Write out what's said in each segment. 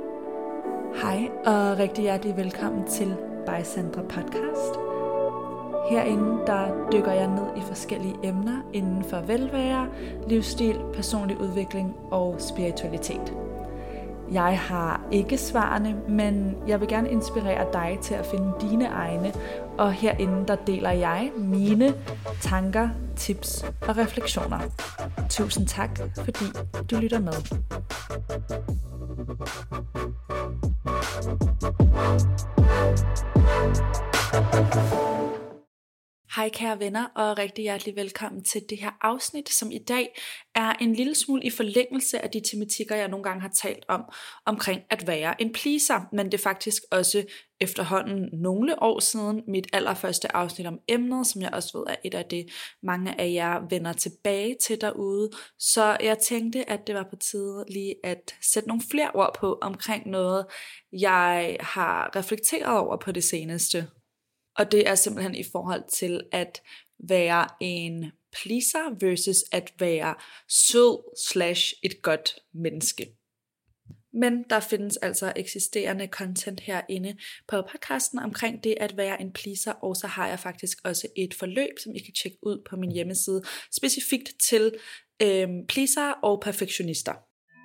Hej og rigtig hjertelig velkommen til By Sandra Podcast. Herinde der dykker jeg ned i forskellige emner inden for velvære, livsstil, personlig udvikling og spiritualitet. Jeg har ikke svarene, men jeg vil gerne inspirere dig til at finde dine egne, og herinde der deler jeg mine tanker, tips og refleksioner. Tusind tak, fordi du lytter med. Hej kære venner og rigtig hjertelig velkommen til det her afsnit, som i dag er en lille smule i forlængelse af de tematikker, jeg nogle gange har talt om, omkring at være en pleaser, men det er faktisk også efterhånden nogle år siden mit allerførste afsnit om emnet, som jeg også ved er et af det, mange af jer vender tilbage til derude, så jeg tænkte, at det var på tide lige at sætte nogle flere ord på omkring noget, jeg har reflekteret over på det seneste. Og det er simpelthen i forhold til at være en pleaser versus at være sød/et godt menneske. Men der findes altså eksisterende content herinde på podcasten omkring det at være en pleaser, og så har jeg faktisk også et forløb, som I kan tjekke ud på min hjemmeside, specifikt til pleaser og perfektionister.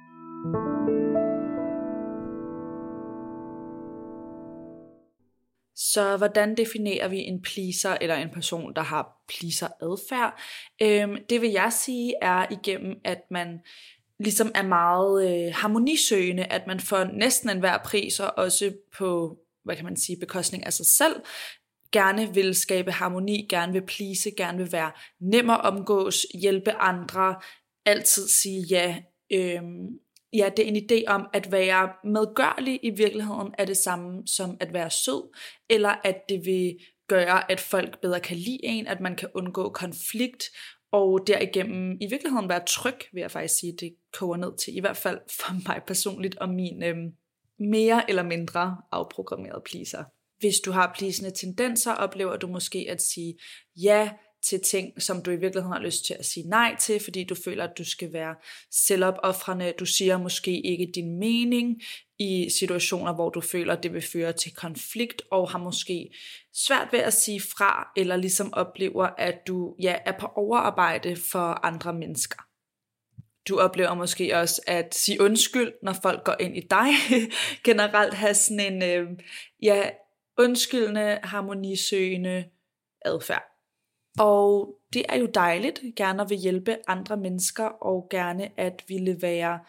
Så hvordan definerer vi en pleaser eller en person, der har pleaser-adfærd? Det vil jeg sige er igennem, at man ligesom er meget harmonisøgende, at man får næsten enhver pris, og også på, bekostning af sig selv, gerne vil skabe harmoni, gerne vil please, gerne vil være nem at omgås, hjælpe andre, altid sige ja. Ja, det er en idé om at være medgørlig i virkeligheden er det samme som at være sød, eller at det vil gøre, at folk bedre kan lide en, at man kan undgå konflikt, og derigennem i virkeligheden være tryg, vil jeg faktisk sige, det koger ned til, i hvert fald for mig personligt og min mere eller mindre afprogrammerede pleaser. Hvis du har pleasende tendenser, oplever du måske at sige ja til ting, som du i virkeligheden har lyst til at sige nej til, fordi du føler, at du skal være selvopofrende. Du siger måske ikke din mening i situationer, hvor du føler, at det vil føre til konflikt, og har måske svært ved at sige fra, eller ligesom oplever, at du er på overarbejde for andre mennesker. Du oplever måske også at sige undskyld, når folk går ind i dig. Generelt have sådan en undskyldende, harmonisøgende adfærd. Og det er jo dejligt, gerne at vil hjælpe andre mennesker, og gerne at ville være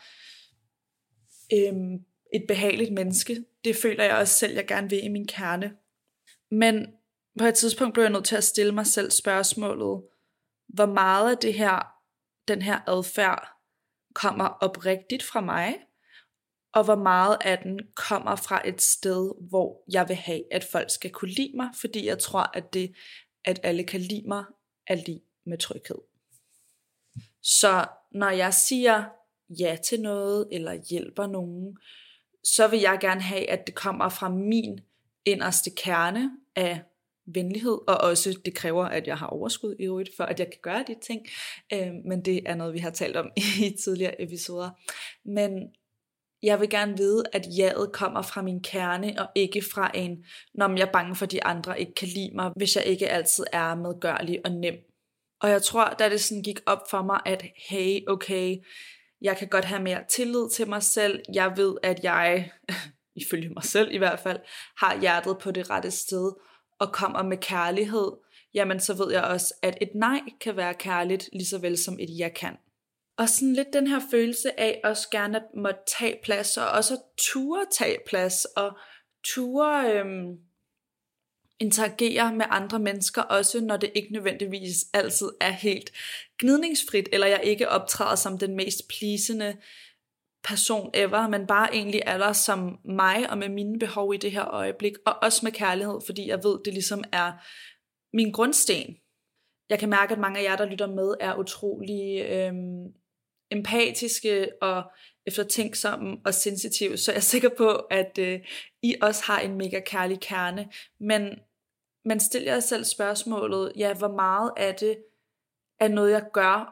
et behageligt menneske. Det føler jeg også selv, jeg gerne vil i min kerne. Men på et tidspunkt blev jeg nødt til at stille mig selv spørgsmålet, hvor meget af den her adfærd kommer oprigtigt fra mig, og hvor meget af den kommer fra et sted, hvor jeg vil have, at folk skal kunne lide mig, fordi jeg tror, at alle kan lide mig, er lig med tryghed. Så når jeg siger ja til noget, eller hjælper nogen, så vil jeg gerne have, at det kommer fra min inderste kerne af venlighed, og også det kræver, at jeg har overskud i øvrigt, for at jeg kan gøre de ting, men det er noget, vi har talt om i tidligere episoder. Men jeg vil gerne vide, at jaet kommer fra min kerne, og ikke fra når jeg er bange for, at de andre ikke kan lide mig, hvis jeg ikke altid er medgørlig og nem. Og jeg tror, da det sådan gik op for mig, at hey, okay, jeg kan godt have mere tillid til mig selv. Jeg ved, at jeg, ifølge mig selv i hvert fald, har hjertet på det rette sted, og kommer med kærlighed. Jamen så ved jeg også, at et nej kan være kærligt, lige så vel som et ja kan. Og sådan lidt den her følelse af også gerne at måtte tage plads, og også ture tage plads, og ture interagere med andre mennesker, også når det ikke nødvendigvis altid er helt gnidningsfrit, eller jeg ikke optræder som den mest pleasende person ever, men bare egentlig er der som mig, og med mine behov i det her øjeblik, og også med kærlighed, fordi jeg ved, det ligesom er min grundsten. Jeg kan mærke, at mange af jer, der lytter med, er utrolig empatiske og eftertænksomme og sensitive, så jeg er sikker på, at I også har en mega kærlig kerne, men stil jer selv spørgsmålet, hvor meget af det er noget, jeg gør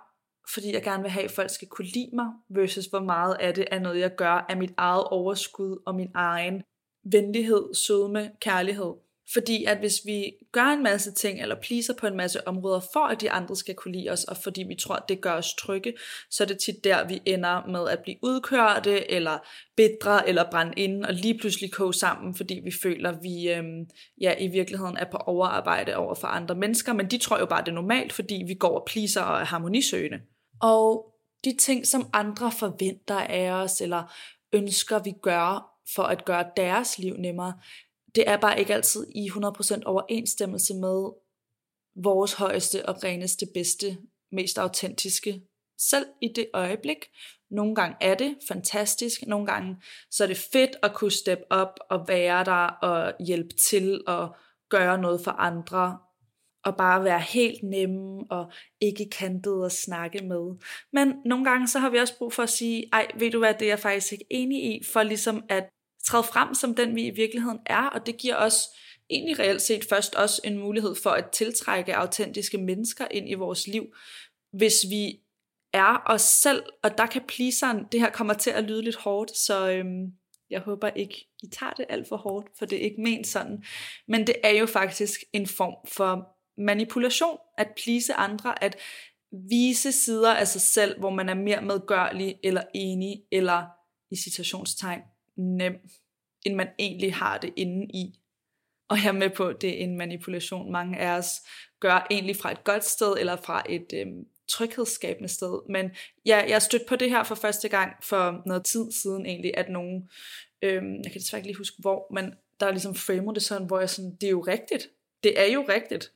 fordi jeg gerne vil have, at folk skal kunne lide mig, versus hvor meget af det er noget, jeg gør af mit eget overskud og min egen venlighed, sødme, kærlighed. Fordi at hvis vi gør en masse ting, eller pleaser på en masse områder, for at de andre skal kunne lide os, og fordi vi tror, at det gør os trygge, så er det tit der, vi ender med at blive udkørte, eller bitre, eller brænde inde, og lige pludselig koge sammen, fordi vi føler, at vi i virkeligheden er på overarbejde over for andre mennesker, men de tror jo bare, det er normalt, fordi vi går og pleaser og er harmonisøgende. Og de ting, som andre forventer af os, eller ønsker, vi gør, for at gøre deres liv nemmere, det er bare ikke altid i 100% overensstemmelse med vores højeste og reneste, bedste, mest autentiske selv i det øjeblik. Nogle gange er det fantastisk, nogle gange så er det fedt at kunne steppe op og være der og hjælpe til og gøre noget for andre og bare være helt nemme og ikke kantet at snakke med. Men nogle gange så har vi også brug for at sige, ej, ved du hvad, det er jeg faktisk ikke enig i, for ligesom at træde frem som den vi i virkeligheden er, og det giver os egentlig reelt set først også en mulighed for at tiltrække autentiske mennesker ind i vores liv, hvis vi er os selv, og der kan pleaseren, det her kommer til at lyde lidt hårdt, så jeg håber ikke, I tager det alt for hårdt, for det er ikke ment sådan, men det er jo faktisk en form for manipulation, at please andre, at vise sider af sig selv, hvor man er mere medgørlig, eller enig, eller i citationstegn, nem, end man egentlig har det inde i. Og jeg er med på, at det er en manipulation, mange af os gør egentlig fra et godt sted, eller fra et tryghedsskabende sted. Men ja, jeg stødte på det her for første gang for noget tid siden egentlig, at nogen, jeg kan desværre ikke lige huske hvor, men der ligesom framer det sådan, hvor jeg sådan, det er jo rigtigt. Det er jo rigtigt.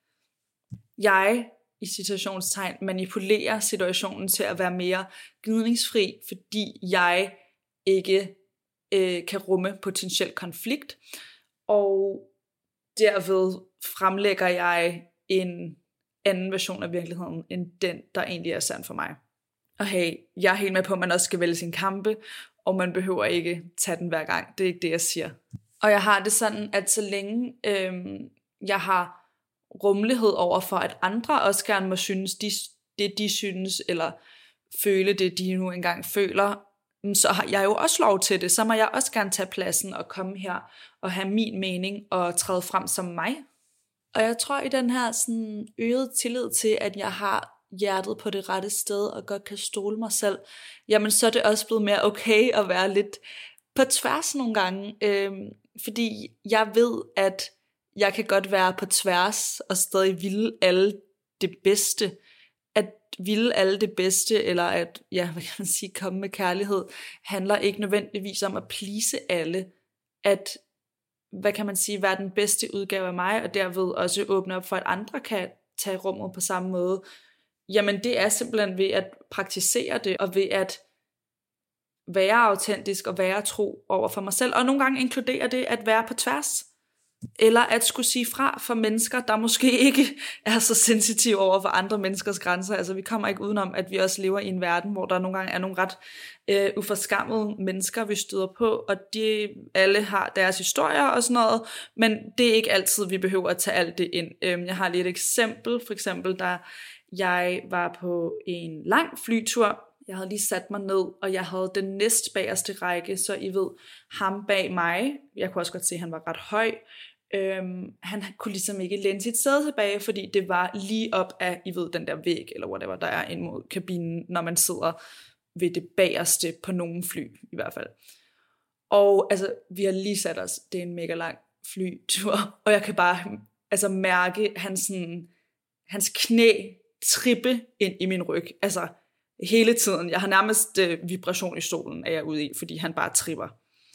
Jeg, i citationstegn, manipulerer situationen til at være mere gnidningsfri, fordi jeg ikke kan rumme potentiel konflikt, og derved fremlægger jeg en anden version af virkeligheden, end den, der egentlig er sand for mig. Og hey, jeg er helt med på, at man også skal vælge sin kampe, og man behøver ikke tage den hver gang. Det er ikke det, jeg siger. Og jeg har det sådan, at så længe jeg har rummelighed over for, at andre også gerne må synes, det de synes, eller føle det, de nu engang føler, så har jeg jo også lov til det. Så må jeg også gerne tage pladsen og komme her og have min mening og træde frem som mig. Og jeg tror i den her sådan øget tillid til, at jeg har hjertet på det rette sted og godt kan stole mig selv, jamen så er det også blevet mere okay at være lidt på tværs nogle gange. Fordi jeg ved, at jeg kan godt være på tværs og stadig ville alle det bedste. At ville alle det bedste, eller at, ja, hvad kan man sige, komme med kærlighed, handler ikke nødvendigvis om at please alle. At, hvad kan man sige, være den bedste udgave af mig, og derved også åbne op for, at andre kan tage rummet på samme måde. Jamen det er simpelthen ved at praktisere det, og ved at være autentisk og være tro over for mig selv. Og nogle gange inkluderer det at være på tværs. Eller at skulle sige fra for mennesker, der måske ikke er så sensitive over for andre menneskers grænser. Altså vi kommer ikke udenom, at vi også lever i en verden, hvor der nogle gange er nogle ret uforskammede mennesker, vi støder på, og de alle har deres historier og sådan noget, men det er ikke altid, vi behøver at tage alt det ind. Jeg har lige et eksempel, for eksempel, da jeg var på en lang flytur. Jeg havde lige sat mig ned, og jeg havde den næstbagerste række, så I ved, ham bag mig, jeg kunne også godt se, at han var ret høj, han kunne ligesom ikke læne sit sæde tilbage, fordi det var lige op af, I ved, den der væg, eller whatever, der er ind mod kabinen, når man sidder ved det bagerste på nogle fly, i hvert fald. Og altså, vi har lige sat os, det er en mega lang flytur, og jeg kan bare mærke hans knæ trippe ind i min ryg, altså hele tiden. Jeg har nærmest vibration i stolen, er jeg ude i, fordi han bare tripper.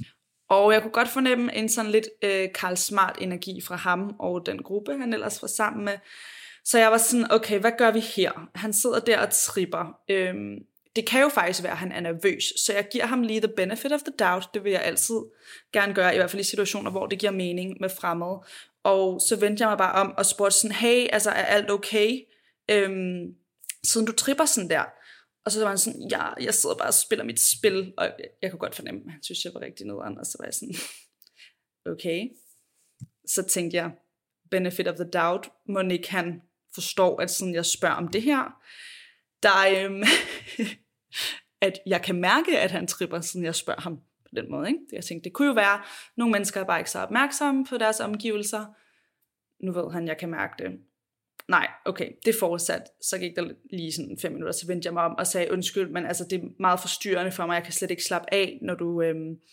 Og jeg kunne godt fornemme en sådan lidt Karl Smart energi fra ham og den gruppe, han ellers var sammen med. Så jeg var sådan, okay, hvad gør vi her? Han sidder der og tripper. Det kan jo faktisk være, at han er nervøs, så jeg giver ham lige the benefit of the doubt. Det vil jeg altid gerne gøre, i hvert fald i situationer, hvor det giver mening med fremmede. Og så vendte jeg mig bare om og spurgte sådan, hey, altså er alt okay? Siden du tripper sådan der. Og så var han sådan, ja, jeg sidder bare og spiller mit spil, og jeg kunne godt fornemme, at han synes, jeg var rigtig nederen, og så var jeg sådan, okay. Så tænkte jeg, benefit of the doubt, Monique han forstår, at sådan jeg spørger om det her. der, at jeg kan mærke, at han tripper, siden jeg spørger ham på den måde. Ikke? Jeg tænkte, det kunne jo være, nogle mennesker er bare ikke så opmærksomme på deres omgivelser. Nu ved han, jeg kan mærke det. Nej, okay, det fortsat. Så gik der lige sådan 5 minutter, så vendte jeg mig om og sagde, undskyld, men altså, det er meget forstyrrende for mig, jeg kan slet ikke slappe af, når du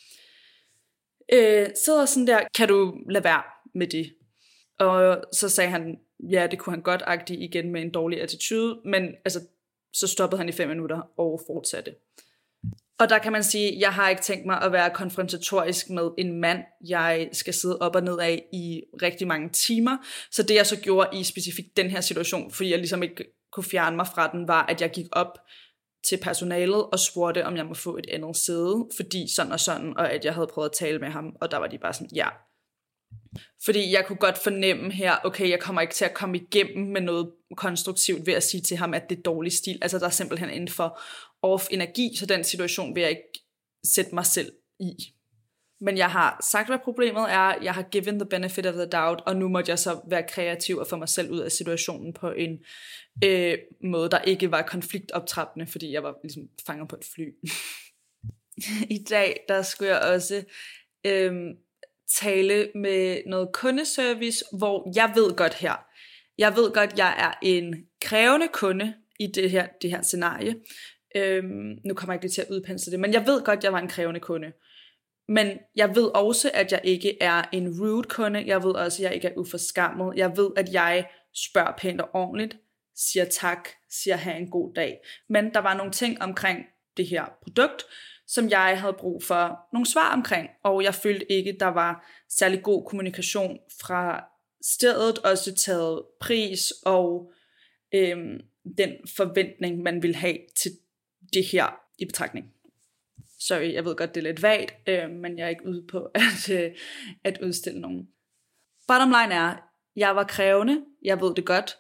sidder sådan der, kan du lade være med det? Og så sagde han, ja, det kunne han godt-agtigt igen med en dårlig attitude, men altså, så stoppede han i 5 minutter og fortsatte. Og der kan man sige, jeg har ikke tænkt mig at være konfrontatorisk med en mand, jeg skal sidde op og ned af i rigtig mange timer. Så det jeg så gjorde i specifikt den her situation, fordi jeg ligesom ikke kunne fjerne mig fra den, var at jeg gik op til personalet og spurgte, om jeg må få et andet sæde, fordi sådan og sådan, og at jeg havde prøvet at tale med ham, og der var de bare sådan, ja. Fordi jeg kunne godt fornemme her, okay, jeg kommer ikke til at komme igennem med noget konstruktivt ved at sige til ham, at det er dårlig stil. Altså der er simpelthen inden for off-energi, så den situation vil jeg ikke sætte mig selv i. Men jeg har sagt, hvad problemet er. Jeg har given the benefit of the doubt, og nu måtte jeg så være kreativ og få mig selv ud af situationen på en måde, der ikke var konfliktoptrappende, fordi jeg var ligesom fanget på et fly. I dag, der skulle jeg også tale med noget kundeservice, hvor jeg ved godt, jeg er en krævende kunde i det her scenarie. Nu kommer jeg ikke lige til at udpensle det, men jeg ved godt, jeg var en krævende kunde. Men jeg ved også, at jeg ikke er en rude kunde. Jeg ved også, at jeg ikke er uforskammet. Jeg ved, at jeg spørger pænt og ordentligt, siger tak, siger have en god dag. Men der var nogle ting omkring det her produkt, som jeg havde brug for nogle svar omkring, og jeg følte ikke, der var særlig god kommunikation fra stedet, også taget pris og den forventning, man vil have til det her i betragtning. Sorry, jeg ved godt, det er lidt vagt, men jeg er ikke ude på at udstille nogen. Bottom line er, jeg var krævende, jeg ved det godt,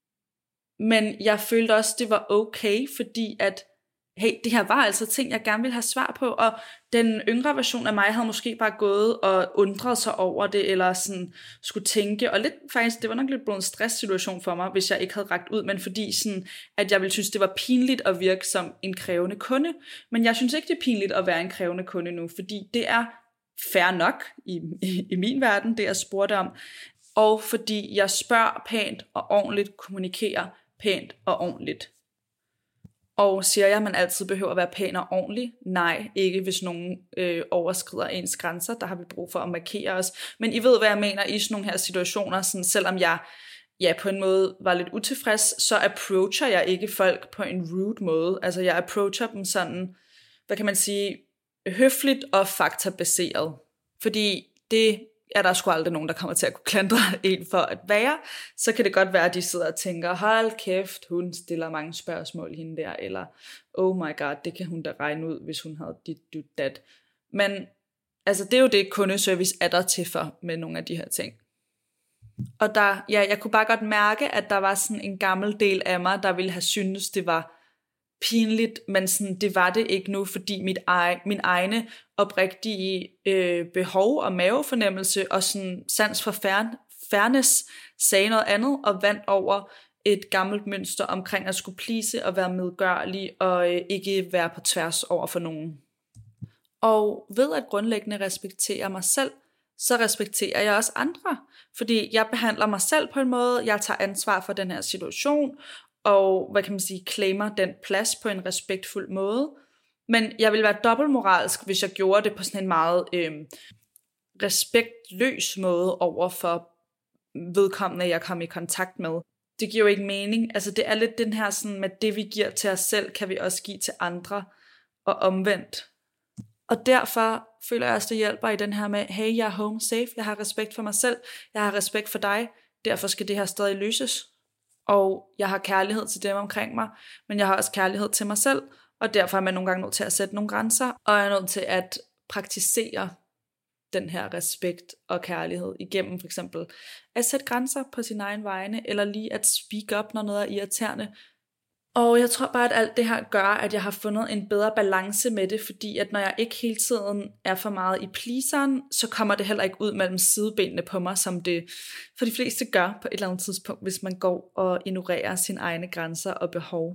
men jeg følte også, det var okay, fordi at hey, det her var altså ting, jeg gerne ville have svar på, og den yngre version af mig havde måske bare gået og undret sig over det, eller sådan skulle tænke, og lidt faktisk, det var nok lidt blevet en stresssituation for mig, hvis jeg ikke havde rakt ud, men fordi sådan, at jeg ville synes, det var pinligt at virke som en krævende kunde, men jeg synes ikke, det er pinligt at være en krævende kunde nu, fordi det er fair nok i min verden, det jeg spurgte om, og fordi jeg spørger pænt og ordentligt, kommunikerer pænt og ordentligt. Og siger jeg, at man altid behøver at være pæn og ordentlig? Nej, ikke hvis nogen overskrider ens grænser. Der har vi brug for at markere os. Men I ved, hvad jeg mener i sådan nogle her situationer. Sådan, selvom jeg på en måde var lidt utilfreds, så approacher jeg ikke folk på en rude måde. Altså jeg approacher dem sådan, hvad kan man sige, høfligt og faktabaseret. Fordi det er der sgu aldrig nogen, der kommer til at kunne klandre en for at være, så kan det godt være, at de sidder og tænker, hold kæft, hun stiller mange spørgsmål hende der, eller oh my god, det kan hun da regne ud, hvis hun havde dit dat. Men altså, det er jo det, kundeservice er der til for med nogle af de her ting. Og der, jeg kunne bare godt mærke, at der var sådan en gammel del af mig, der ville have syntes, det var pinligt, men sådan, det var det ikke nu, fordi min egne oprigtige behov og mavefornemmelse og sådan sans for fairness sagde noget andet og vandt over et gammelt mønster omkring at skulle please og være medgørlig og ikke være på tværs over for nogen. Og ved at grundlæggende respektere mig selv, så respekterer jeg også andre, fordi jeg behandler mig selv på en måde, jeg tager ansvar for den her situation, og hvad kan man sige, claimer den plads på en respektfuld måde. Men jeg ville være dobbeltmoralsk, hvis jeg gjorde det på sådan en meget respektløs måde over for vedkommende, jeg kom i kontakt med. Det giver jo ikke mening. Altså det er lidt den her sådan, med det vi giver til os selv, kan vi også give til andre, og omvendt. Og derfor føler jeg også, det hjælper i den her med, hey, jeg er home safe, jeg har respekt for mig selv, jeg har respekt for dig, derfor skal det her stadig løses. Og jeg har kærlighed til dem omkring mig, men jeg har også kærlighed til mig selv, og derfor er man nogle gange nødt til at sætte nogle grænser, og er nødt til at praktisere den her respekt og kærlighed igennem for eksempel at sætte grænser på sin egen vegne, eller lige at speak up, når noget er irriterende. Og jeg tror bare, at alt det her gør, at jeg har fundet en bedre balance med det, fordi at når jeg ikke hele tiden er for meget i pleaseren, så kommer det heller ikke ud mellem sidebenene på mig, som det for de fleste gør på et eller andet tidspunkt, hvis man går og ignorerer sine egne grænser og behov.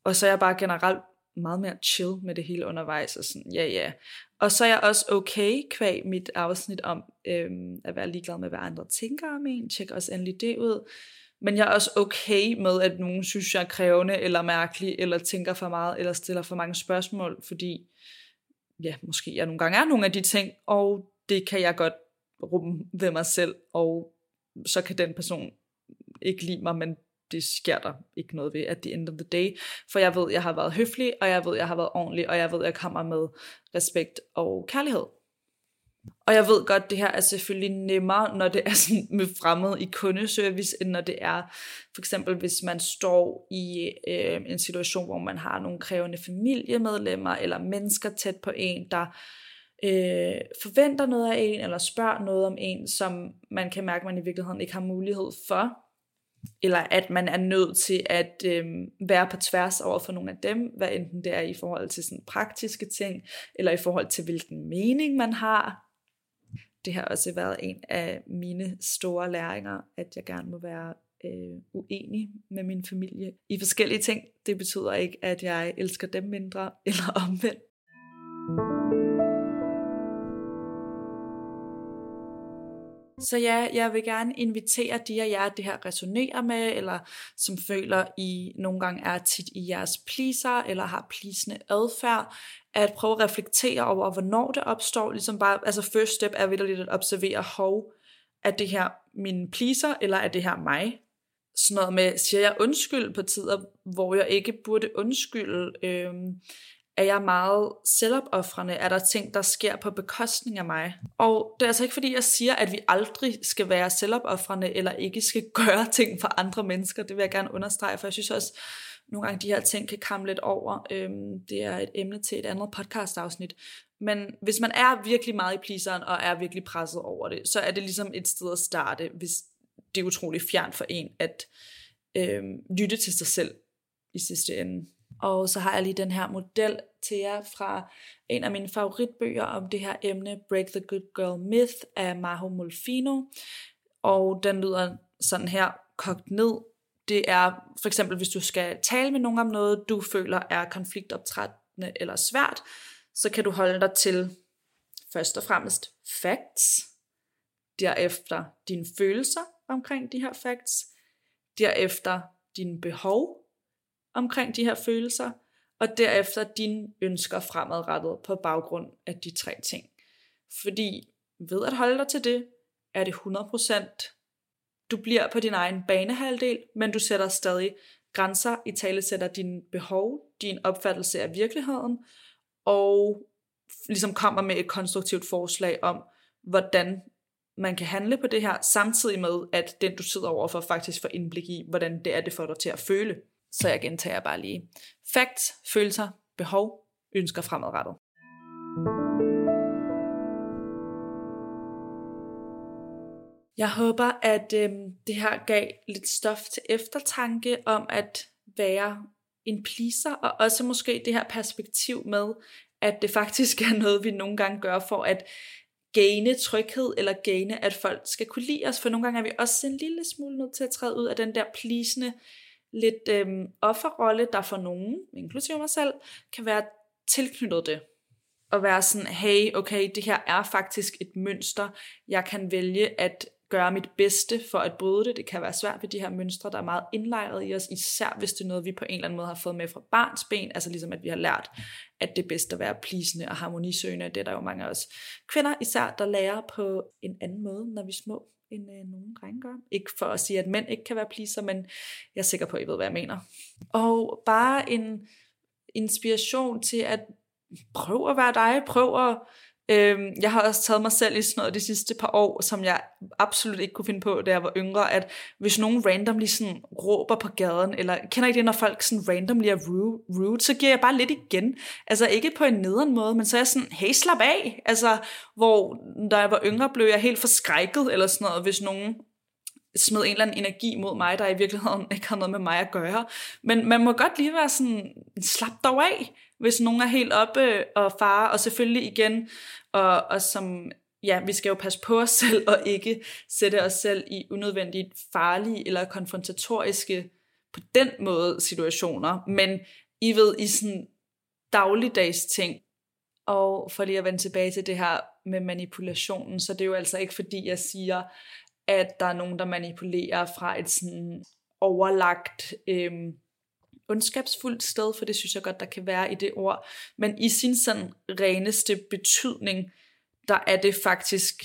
Og så er jeg bare generelt meget mere chill med det hele undervejs, og sådan, ja. Og så er jeg også okay kvæg mit afsnit om at være ligeglad med, hvad andre tænker om en. Tjek også endelig det ud. Men jeg er også okay med, at nogen synes, jeg er krævende, eller mærkelig, eller tænker for meget, eller stiller for mange spørgsmål, fordi, ja, måske jeg nogle gange er nogle af de ting, og det kan jeg godt rumme ved mig selv, og så kan den person ikke lide mig, men det sker der ikke noget ved at the end of the day, for jeg ved, jeg har været høflig, og jeg ved, jeg har været ordentlig, og jeg ved, jeg kommer med respekt og kærlighed. Og jeg ved godt, det her er selvfølgelig nemmere, når det er sådan med fremmed i kundeservice, end når det er for eksempel, hvis man står i en situation, hvor man har nogle krævende familiemedlemmer, eller mennesker tæt på en, der forventer noget af en, eller spørger noget om en, som man kan mærke, man i virkeligheden ikke har mulighed for, eller at man er nødt til at være på tværs over for nogle af dem, hvad enten det er i forhold til sådan praktiske ting, eller i forhold til hvilken mening man har. Det har også været en af mine store læringer, at jeg gerne må være uenig med min familie i forskellige ting. Det betyder ikke, at jeg elsker dem mindre, eller omvendt. Så ja, jeg vil gerne invitere de af jer, det her resonerer med, eller som føler, I nogle gange er tit i jeres pleaser, eller har pleasende adfærd, at prøve at reflektere over, hvornår det opstår. Ligesom bare, altså first step er vitterligt at observere, er det her min pleaser, eller er det her mig? Sådan noget med, siger jeg undskyld på tider, hvor jeg ikke burde undskylde? Er jeg meget selvopoffrende? Er der ting, der sker på bekostning af mig? Og det er altså ikke fordi, jeg siger, at vi aldrig skal være selvopoffrende, eller ikke skal gøre ting for andre mennesker. Det vil jeg gerne understrege, for jeg synes også, nogle gange de her ting kan komme lidt over. Det er et emne til et andet podcast-afsnit. Men hvis man er virkelig meget i pleaseren, og er virkelig presset over det, så er det ligesom et sted at starte, hvis det er utroligt fjernt for en, at lytte til sig selv i sidste ende. Og så har jeg lige den her model til jer fra en af mine favoritbøger om det her emne, Break the Good Girl Myth af Majo Molfino. Og den lyder sådan her, kogt ned. Det er for eksempel, hvis du skal tale med nogen om noget, du føler er konfliktoptrættende eller svært, så kan du holde dig til først og fremmest facts, derefter dine følelser omkring de her facts, derefter dine behov omkring de her følelser, og derefter dine ønsker fremadrettet på baggrund af de tre ting. Fordi ved at holde dig til det, er det 100%. Du bliver på din egen banehalvdel, men du sætter stadig grænser, i tale sætter dine behov, din opfattelse af virkeligheden, og ligesom kommer med et konstruktivt forslag om, hvordan man kan handle på det her, samtidig med, at den du sidder overfor faktisk får indblik i, hvordan det er, det får dig til at føle. Så jeg gentager bare lige. Facts, følelser, behov, ønsker fremadrettet. Jeg håber, at det her gav lidt stof til eftertanke om at være en pleaser, og også måske det her perspektiv med, at det faktisk er noget, vi nogle gange gør for at gaine tryghed, eller gaine, at folk skal kunne lide os, for nogle gange er vi også en lille smule nødt til at træde ud af den der pleasende, lidt offerrolle, der for nogen, inklusive mig selv, kan være tilknyttet det. Og være sådan, hey, okay, det her er faktisk et mønster. Jeg kan vælge at gøre mit bedste for at bryde det. Det kan være svært ved de her mønstre, der er meget indlejret i os, især hvis det er noget, vi på en eller anden måde har fået med fra barnsben, altså ligesom at vi har lært, at det er bedst at være pleasende og harmonisøgende. Det er der jo mange af os kvinder især, der lærer på en anden måde, når vi er små, end nogen drenge gør. Ikke for at sige, at mænd ikke kan være pleaser, men jeg er sikker på, at I ved, hvad jeg mener. Og bare en inspiration til at prøve at være dig, jeg har også taget mig selv i sådan noget de sidste par år, som jeg absolut ikke kunne finde på, da jeg var yngre, at hvis nogen randomly sådan råber på gaden, eller kender I det, når folk sådan randomly er rude, så giver jeg bare lidt igen. Altså ikke på en nederen måde, men så er jeg sådan, hey, slap af. Altså, hvor da jeg var yngre, blev jeg helt forskrækket, eller sådan noget, hvis nogen smed en eller anden energi mod mig, der i virkeligheden ikke har noget med mig at gøre. Men man må godt lige være sådan, slap dog af, hvis nogen er helt oppe og fare, og selvfølgelig igen, og som, ja, vi skal jo passe på os selv, og ikke sætte os selv i unødvendigt farlige eller konfrontatoriske, på den måde, situationer, men I ved, i sådan dagligdags ting. Og for lige at vende tilbage til det her med manipulationen, så det er jo altså ikke fordi, jeg siger, at der er nogen, der manipulerer fra et sådan overlagt, ondskabsfuldt sted, for det synes jeg godt, der kan være i det ord. Men i sin sådan reneste betydning, der er det faktisk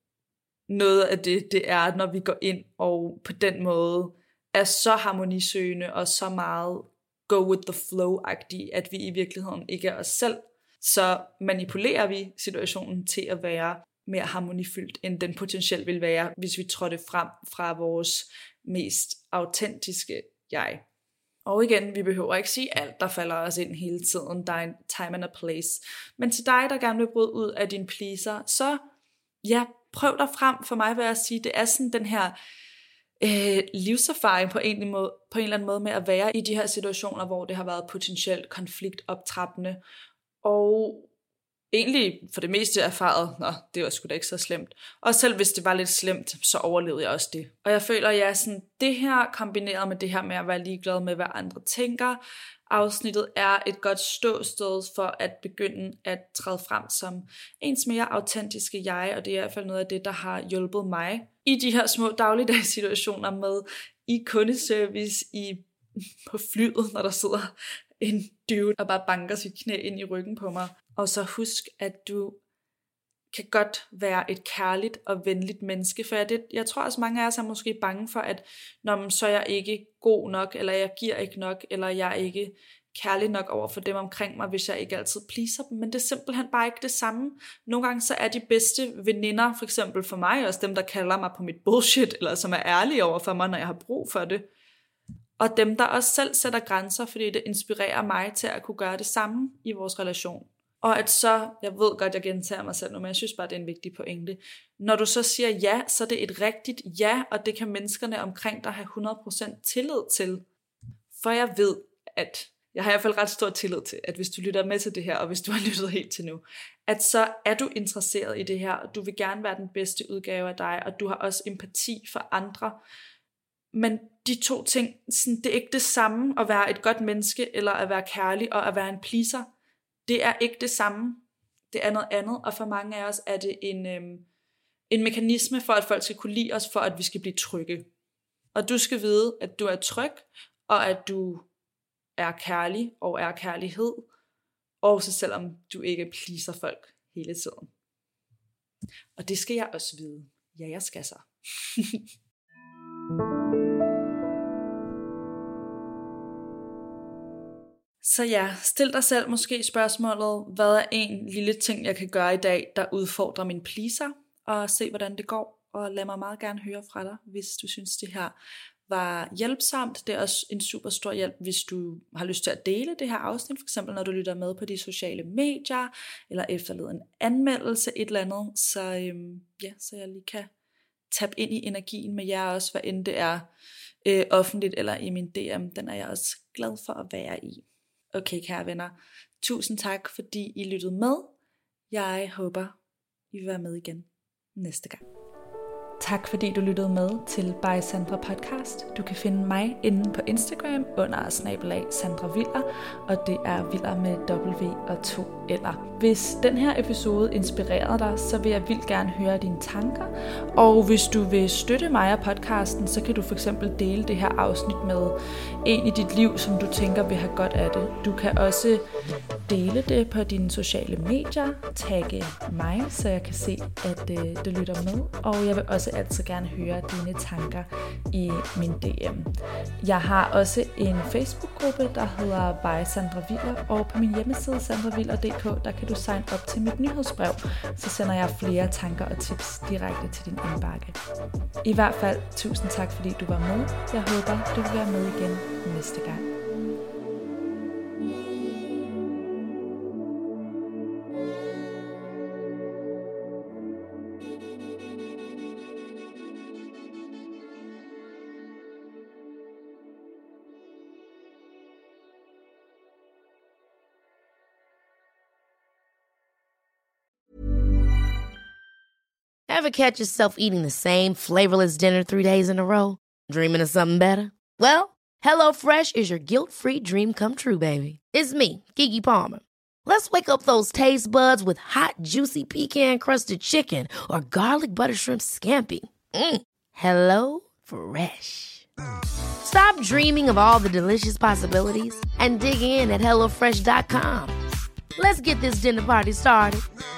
noget af det er, når vi går ind og på den måde er så harmonisøgende og så meget go with the flow-agtige, at vi i virkeligheden ikke er os selv, så manipulerer vi situationen til at være mere harmonifyldt, end den potentielt vil være, hvis vi trådte frem fra vores mest autentiske jeg. Og igen, vi behøver ikke sige alt, der falder os ind hele tiden. Der er en time and a place. Men til dig, der gerne vil bryde ud af din pleaser, så ja, prøv dig frem. For mig vil jeg sige, det er sådan den her livserfaring på en eller anden måde med at være i de her situationer, hvor det har været potentielt konfliktoptrappende. Og egentlig for det meste erfaret, det var sgu da ikke så slemt. Og selv hvis det var lidt slemt, så overlevede jeg også det. Og jeg føler, at jeg sådan, det her kombineret med det her med at være ligeglad med, hvad andre tænker, afsnittet er et godt ståsted for at begynde at træde frem som ens mere autentiske jeg, og det er i hvert fald noget af det, der har hjulpet mig i de her små dagligdags situationer med i kundeservice, på flyet, når der sidder en dude og bare banker sit knæ ind i ryggen på mig. Og så husk, at du kan godt være et kærligt og venligt menneske, for jeg tror også mange af os er måske bange for, at så er jeg ikke god nok, eller jeg giver ikke nok, eller jeg er ikke kærlig nok over for dem omkring mig, hvis jeg ikke altid pleaser dem, men det er simpelthen bare ikke det samme. Nogle gange så er de bedste veninder, for eksempel for mig, også dem, der kalder mig på mit bullshit, eller som er ærlige over for mig, når jeg har brug for det. Og dem, der også selv sætter grænser, fordi det inspirerer mig til at kunne gøre det samme i vores relation. Og at så, jeg ved godt, jeg gentager mig selv nu, men jeg synes bare, det er en vigtig pointe. Når du så siger ja, så er det et rigtigt ja, og det kan menneskerne omkring dig have 100% tillid til. For jeg ved, at jeg har i hvert fald ret stor tillid til, at hvis du lytter med til det her, og hvis du har lyttet helt til nu, at så er du interesseret i det her, og du vil gerne være den bedste udgave af dig, og du har også empati for andre. Men de to ting, sådan, det er ikke det samme at være et godt menneske, eller at være kærlig og at være en pleaser. Det er ikke det samme. Det er noget andet, og for mange af os er det en mekanisme for, at folk skal kunne lide os, for at vi skal blive trygge. Og du skal vide, at du er tryg, og at du er kærlig og er kærlighed, også selvom du ikke pleaser folk hele tiden. Og det skal jeg også vide. Ja, jeg skal så. Så ja, stil dig selv måske spørgsmålet, hvad er en lille ting, jeg kan gøre i dag, der udfordrer min pleaser, og se hvordan det går, og lad mig meget gerne høre fra dig, hvis du synes det her var hjælpsomt. Det er også en super stor hjælp, hvis du har lyst til at dele det her afsnit, for eksempel når du lytter med på de sociale medier, eller efterlade en anmeldelse, et eller andet, så jeg lige kan tabe ind i energien med jer også, hvad end det er offentligt eller i min DM, den er jeg også glad for at være i. Okay, kære venner, tusind tak, fordi I lyttede med. Jeg håber, I vil være med igen næste gang. Tak fordi du lyttede med til By Sandra Podcast. Du kan finde mig inde på Instagram under @SandraViller, og det er Viller med W og 2 L'er. Hvis den her episode inspirerede dig, så vil jeg vildt gerne høre dine tanker. Og hvis du vil støtte mig og podcasten, så kan du for eksempel dele det her afsnit med en i dit liv, som du tænker vil have godt af det. Du kan også dele det på dine sociale medier, tagge mig, så jeg kan se, at du lytter med. Og jeg vil også altid gerne høre dine tanker i min DM. Jeg har også en Facebook-gruppe, der hedder By Sandra Viller, og på min hjemmeside sandraviller.dk, der kan du sign op til mit nyhedsbrev, så sender jeg flere tanker og tips direkte til din indbakke. I hvert fald, tusind tak fordi du var med. Jeg håber, du vil være med igen næste gang. Ever catch yourself eating the same flavorless dinner 3 days in a row? Dreaming of something better? Well, HelloFresh is your guilt-free dream come true, baby. It's me, Keke Palmer. Let's wake up those taste buds with hot, juicy pecan-crusted chicken or garlic butter shrimp scampi. Hello Fresh. Stop dreaming of all the delicious possibilities and dig in at HelloFresh.com. Let's get this dinner party started.